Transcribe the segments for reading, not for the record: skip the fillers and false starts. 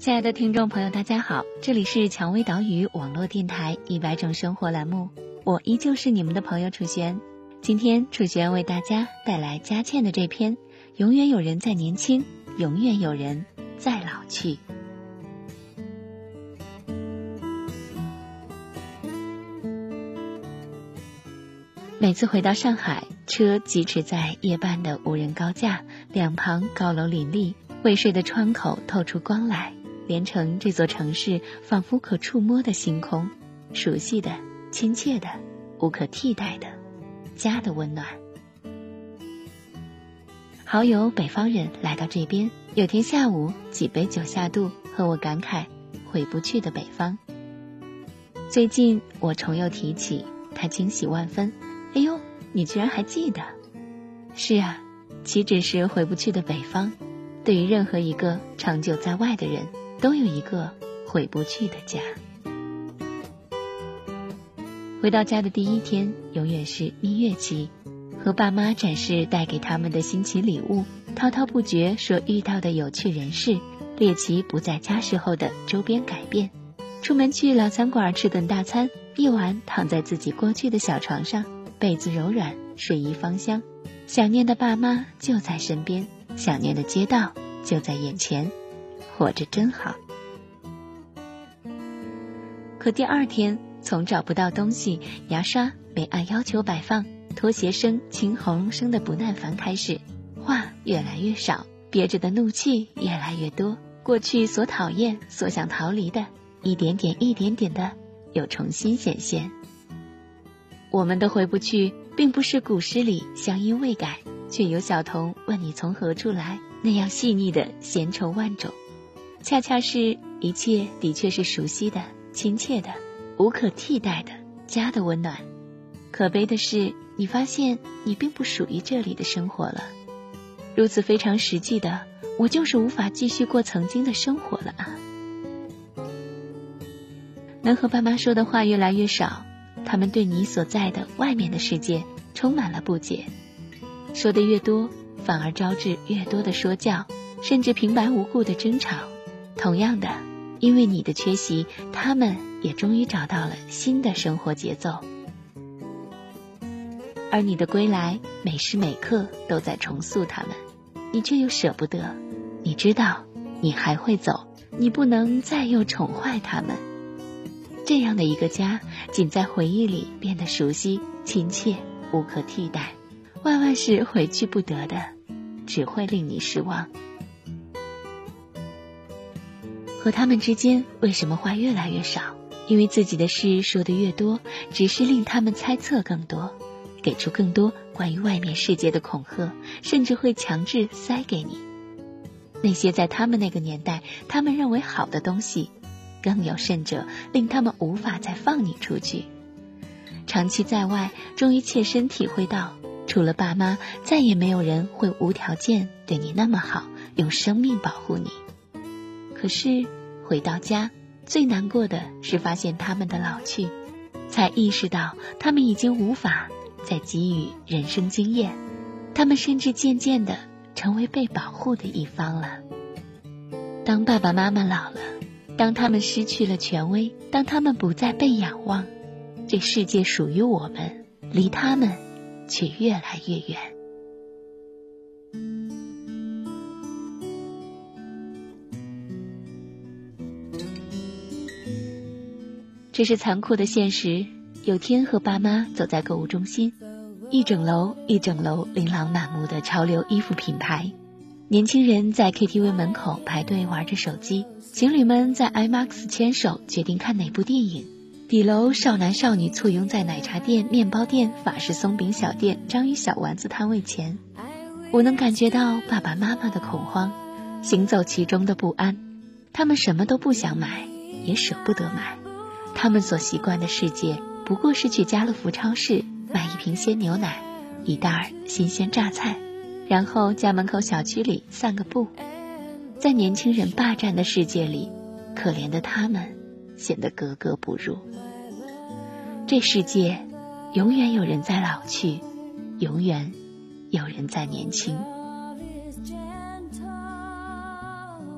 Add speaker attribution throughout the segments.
Speaker 1: 亲爱的听众朋友，大家好，这里是蔷薇岛屿网络电台100种生活栏目，我依旧是你们的朋友楚璇。今天楚璇为大家带来佳倩的这篇《永远有人在年轻，永远有人在老去》。每次回到上海，车疾驰在夜半的无人高架，两旁高楼林立，未睡的窗口透出光来，连成这座城市仿佛可触摸的星空，熟悉的、亲切的、无可替代的家的温暖。好友北方人来到这边，有天下午几杯酒下肚，和我感慨回不去的北方。最近我重又提起，他惊喜万分，哎呦，你居然还记得。是啊，岂止是回不去的北方，对于任何一个长久在外的人，都有一个回不去的家。回到家的第一天永远是蜜月期，和爸妈展示带给他们的新奇礼物，滔滔不绝说遇到的有趣人事，猎奇不在家时候的周边改变，出门去老餐馆吃顿大餐，一晚躺在自己过去的小床上，被子柔软，睡衣芳香，想念的爸妈就在身边，想念的街道就在眼前，活着真好。可第二天，从找不到东西、牙刷没按要求摆放、拖鞋声、清喉咙声的不耐烦开始，话越来越少，憋着的怒气越来越多，过去所讨厌、所想逃离的，一点点的又重新显现。我们的回不去，并不是古诗里乡音未改，却有小童问你从何处来那样细腻的闲愁万种，恰恰是一切的确是熟悉的、亲切的、无可替代的家的温暖。可悲的是，你发现你并不属于这里的生活了。如此非常实际的，我就是无法继续过曾经的生活了啊。能和爸妈说的话越来越少，他们对你所在的外面的世界充满了不解，说的越多，反而招致越多的说教，甚至平白无故的争吵。同样的，因为你的缺席，他们也终于找到了新的生活节奏。而你的归来，每时每刻都在重塑他们，你却又舍不得。你知道你还会走，你不能再又宠坏他们。这样的一个家，仅在回忆里变得熟悉、亲切、无可替代，万万是回去不得的，只会令你失望。和他们之间为什么话越来越少？因为自己的事说得越多，只是令他们猜测更多，给出更多关于外面世界的恐吓，甚至会强制塞给你那些在他们那个年代他们认为好的东西，更有甚者令他们无法再放你出去。长期在外，终于切身体会到，除了爸妈，再也没有人会无条件对你那么好，用生命保护你。可是回到家，最难过的是发现他们的老去，才意识到他们已经无法再给予人生经验，他们甚至渐渐地成为被保护的一方了。当爸爸妈妈老了，当他们失去了权威，当他们不再被仰望，这世界属于我们，离他们却越来越远。这是残酷的现实。有天和爸妈走在购物中心，一整楼琳琅满目的潮流衣服品牌，年轻人在 KTV 门口排队玩着手机，情侣们在 IMAX 牵手决定看哪部电影，底楼少男少女簇拥在奶茶店、面包店、法式松饼小店、章鱼小丸子摊位前。我能感觉到爸爸妈妈的恐慌，行走其中的不安，他们什么都不想买，也舍不得买。他们所习惯的世界不过是去家乐福超市买一瓶鲜牛奶，一袋新鲜榨菜，然后家门口小区里散个步。在年轻人霸占的世界里，可怜的他们显得格格不入。这世界永远有人在老去，永远有人在年轻。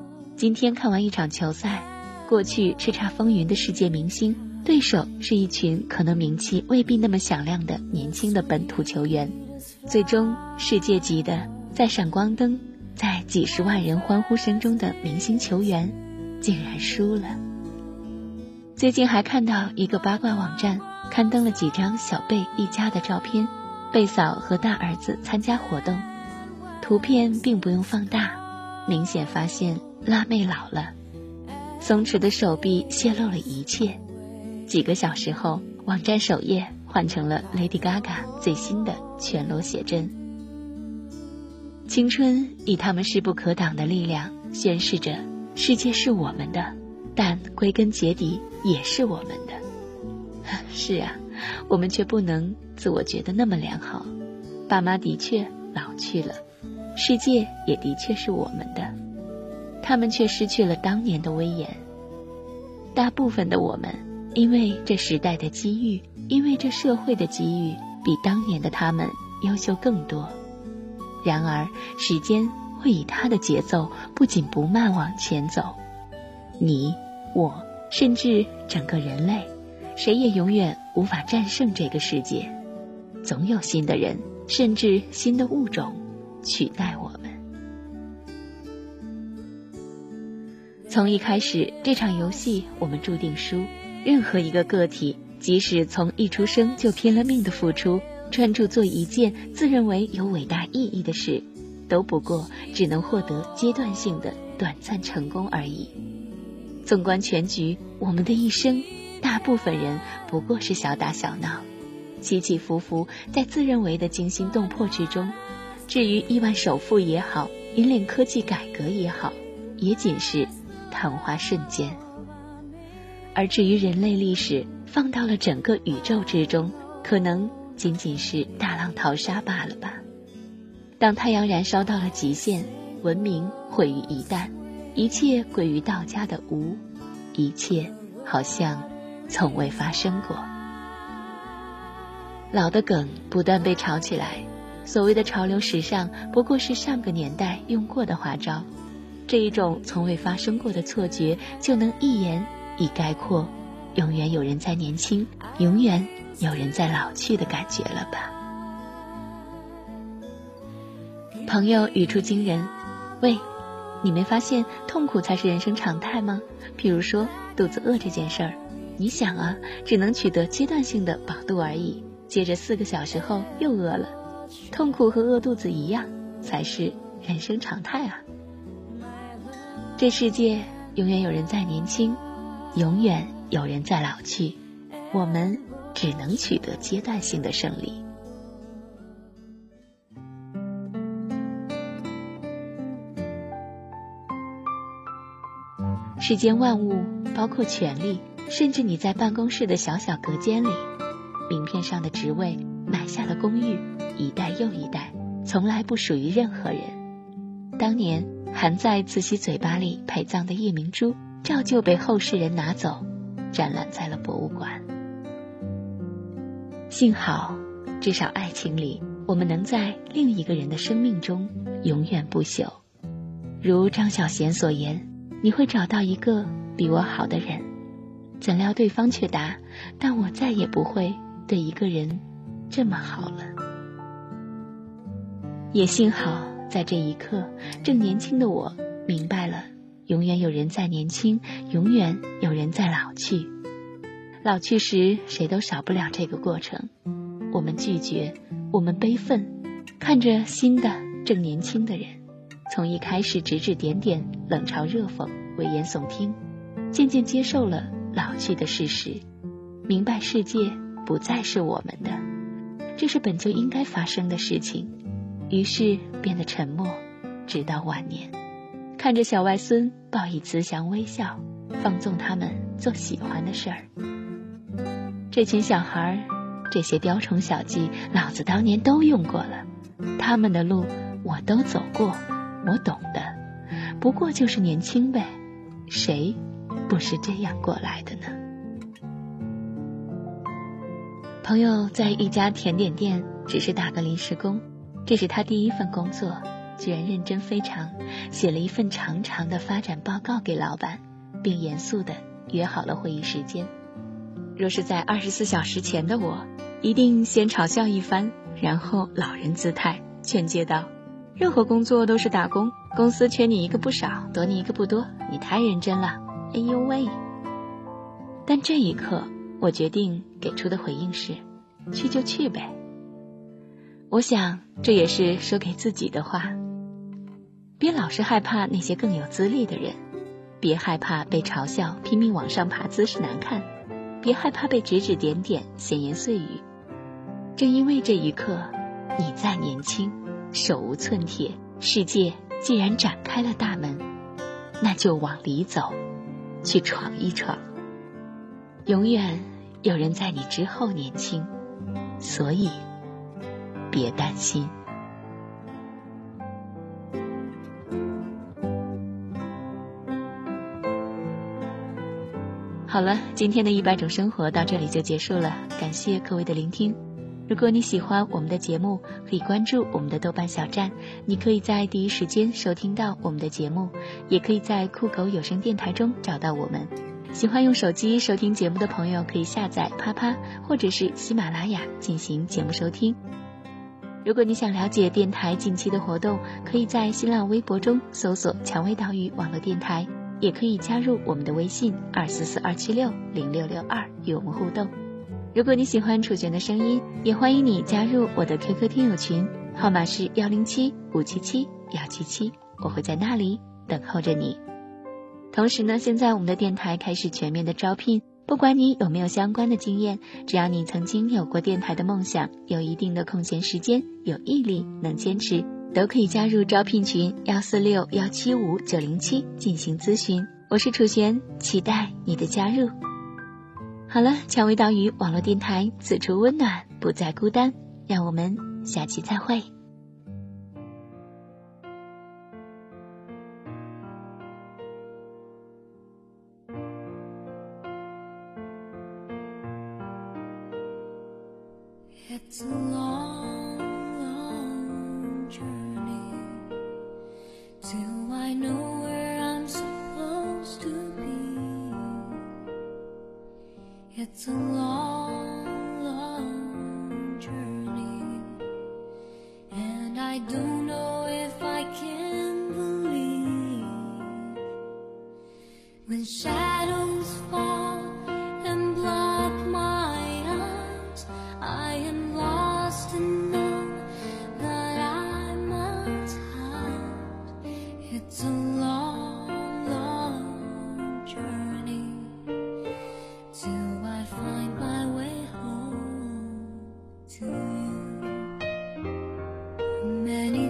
Speaker 1: 今天看完一场球赛，过去叱咤风云的世界明星，对手是一群可能名气未必那么响亮的年轻的本土球员，最终世界级的在闪光灯，在几十万人欢呼声中的明星球员竟然输了。最近还看到一个八卦网站刊登了几张小贝一家的照片，贝嫂和大儿子参加活动，图片并不用放大，明显发现辣妹老了，松弛的手臂泄露了一切。几个小时后，网站首页换成了 Lady Gaga 最新的全裸写真。青春以他们势不可挡的力量宣示着世界是我们的，但归根结底也是我们的。是啊，我们却不能自我觉得那么良好。爸妈的确老去了，世界也的确是我们的，他们却失去了当年的威严。大部分的我们因为这时代的机遇，因为这社会的机遇，比当年的他们优秀更多。然而时间会以它的节奏不紧不慢往前走，你我甚至整个人类，谁也永远无法战胜这个世界。总有新的人，甚至新的物种取代我们。从一开始，这场游戏我们注定输。任何一个个体，即使从一出生就拼了命的付出，专注做一件自认为有伟大意义的事，都不过只能获得阶段性的短暂成功而已。纵观全局，我们的一生，大部分人不过是小打小闹，起起伏伏，在自认为的惊心动魄之中。至于亿万首富也好，引领科技改革也好，也仅是昙花瞬间。而至于人类历史，放到了整个宇宙之中，可能仅仅是大浪淘沙罢了吧。当太阳燃烧到了极限，文明毁于一旦，一切归于道家的无，一切好像从未发生过。老的梗不断被炒起来，所谓的潮流时尚不过是上个年代用过的花招，这一种从未发生过的错觉，就能一言以概括永远有人在年轻，永远有人在老去的感觉了吧。朋友语出惊人，喂，你没发现痛苦才是人生常态吗？譬如说肚子饿这件事儿，你想啊，只能取得阶段性的饱肚而已，接着4个小时后又饿了。痛苦和饿肚子一样，才是人生常态啊。这世界永远有人在年轻，永远有人在老去，我们只能取得阶段性的胜利。世间万物，包括权力，甚至你在办公室的小小隔间里，名片上的职位，买下的公寓，一代又一代，从来不属于任何人。当年含在慈禧嘴巴里陪葬的夜明珠，照旧被后世人拿走，展览在了博物馆。幸好，至少爱情里，我们能在另一个人的生命中永远不朽。如张小娴所言，你会找到一个比我好的人。怎料对方却答，但我再也不会对一个人这么好了。也幸好在这一刻，正年轻的我明白了，永远有人在年轻，永远有人在老去。老去时谁都少不了这个过程，我们拒绝，我们悲愤，看着新的正年轻的人，从一开始指指点点，冷嘲热讽，危言耸听，渐渐接受了老去的事实，明白世界不再是我们的，这是本就应该发生的事情，于是变得沉默，直到晚年，看着小外孙报以慈祥微笑，放纵他们做喜欢的事儿。这群小孩，这些雕虫小技，老子当年都用过了，他们的路我都走过，我懂的，不过就是年轻呗，谁不是这样过来的呢？朋友在一家甜点店只是打个临时工，这是他第一份工作， 居然认真非常，写了一份长长的发展报告给老板，并严肃地约好了会议时间。若是在24小时前的我，一定先嘲笑一番，然后老人姿态劝诫道：任何工作都是打工，公司缺你一个不少，多你一个不多，你太认真了，哎呦喂！但这一刻，我决定给出的回应是：去就去呗。我想这也是说给自己的话，别老是害怕那些更有资历的人，别害怕被嘲笑拼命往上爬姿势难看，别害怕被指指点点闲言碎语。正因为这一刻你再年轻，手无寸铁，世界既然展开了大门，那就往里走，去闯一闯。永远有人在你之后年轻，所以别担心。好了，今天的100种生活到这里就结束了，感谢各位的聆听。如果你喜欢我们的节目，可以关注我们的豆瓣小站，你可以在第一时间收听到我们的节目，也可以在酷狗有声电台中找到我们。喜欢用手机收听节目的朋友，可以下载啪啪或者是喜马拉雅进行节目收听。如果你想了解电台近期的活动，可以在新浪微博中搜索蔷薇岛屿网络电台，也可以加入我们的微信244-276-0662与我们互动。如果你喜欢楚璇的声音，也欢迎你加入我的 QQ 听友群，号码是107-577-177，我会在那里等候着你。同时呢，现在我们的电台开始全面的招聘，不管你有没有相关的经验，只要你曾经有过电台的梦想，有一定的空闲时间，有毅力，能坚持，都可以加入招聘群146-175-907进行咨询。我是楚璇，期待你的加入。好了，蔷薇岛屿网络电台，此处温暖，不再孤单，让我们下期再会。
Speaker 2: It's a long, long journey till I know where I'm supposed to be. It's a long, long journey, and I don't know if I can believe when shadows fall and block my eyes. I am lost and know that I must hide. It's a long, long journey till I find my way home to you. Many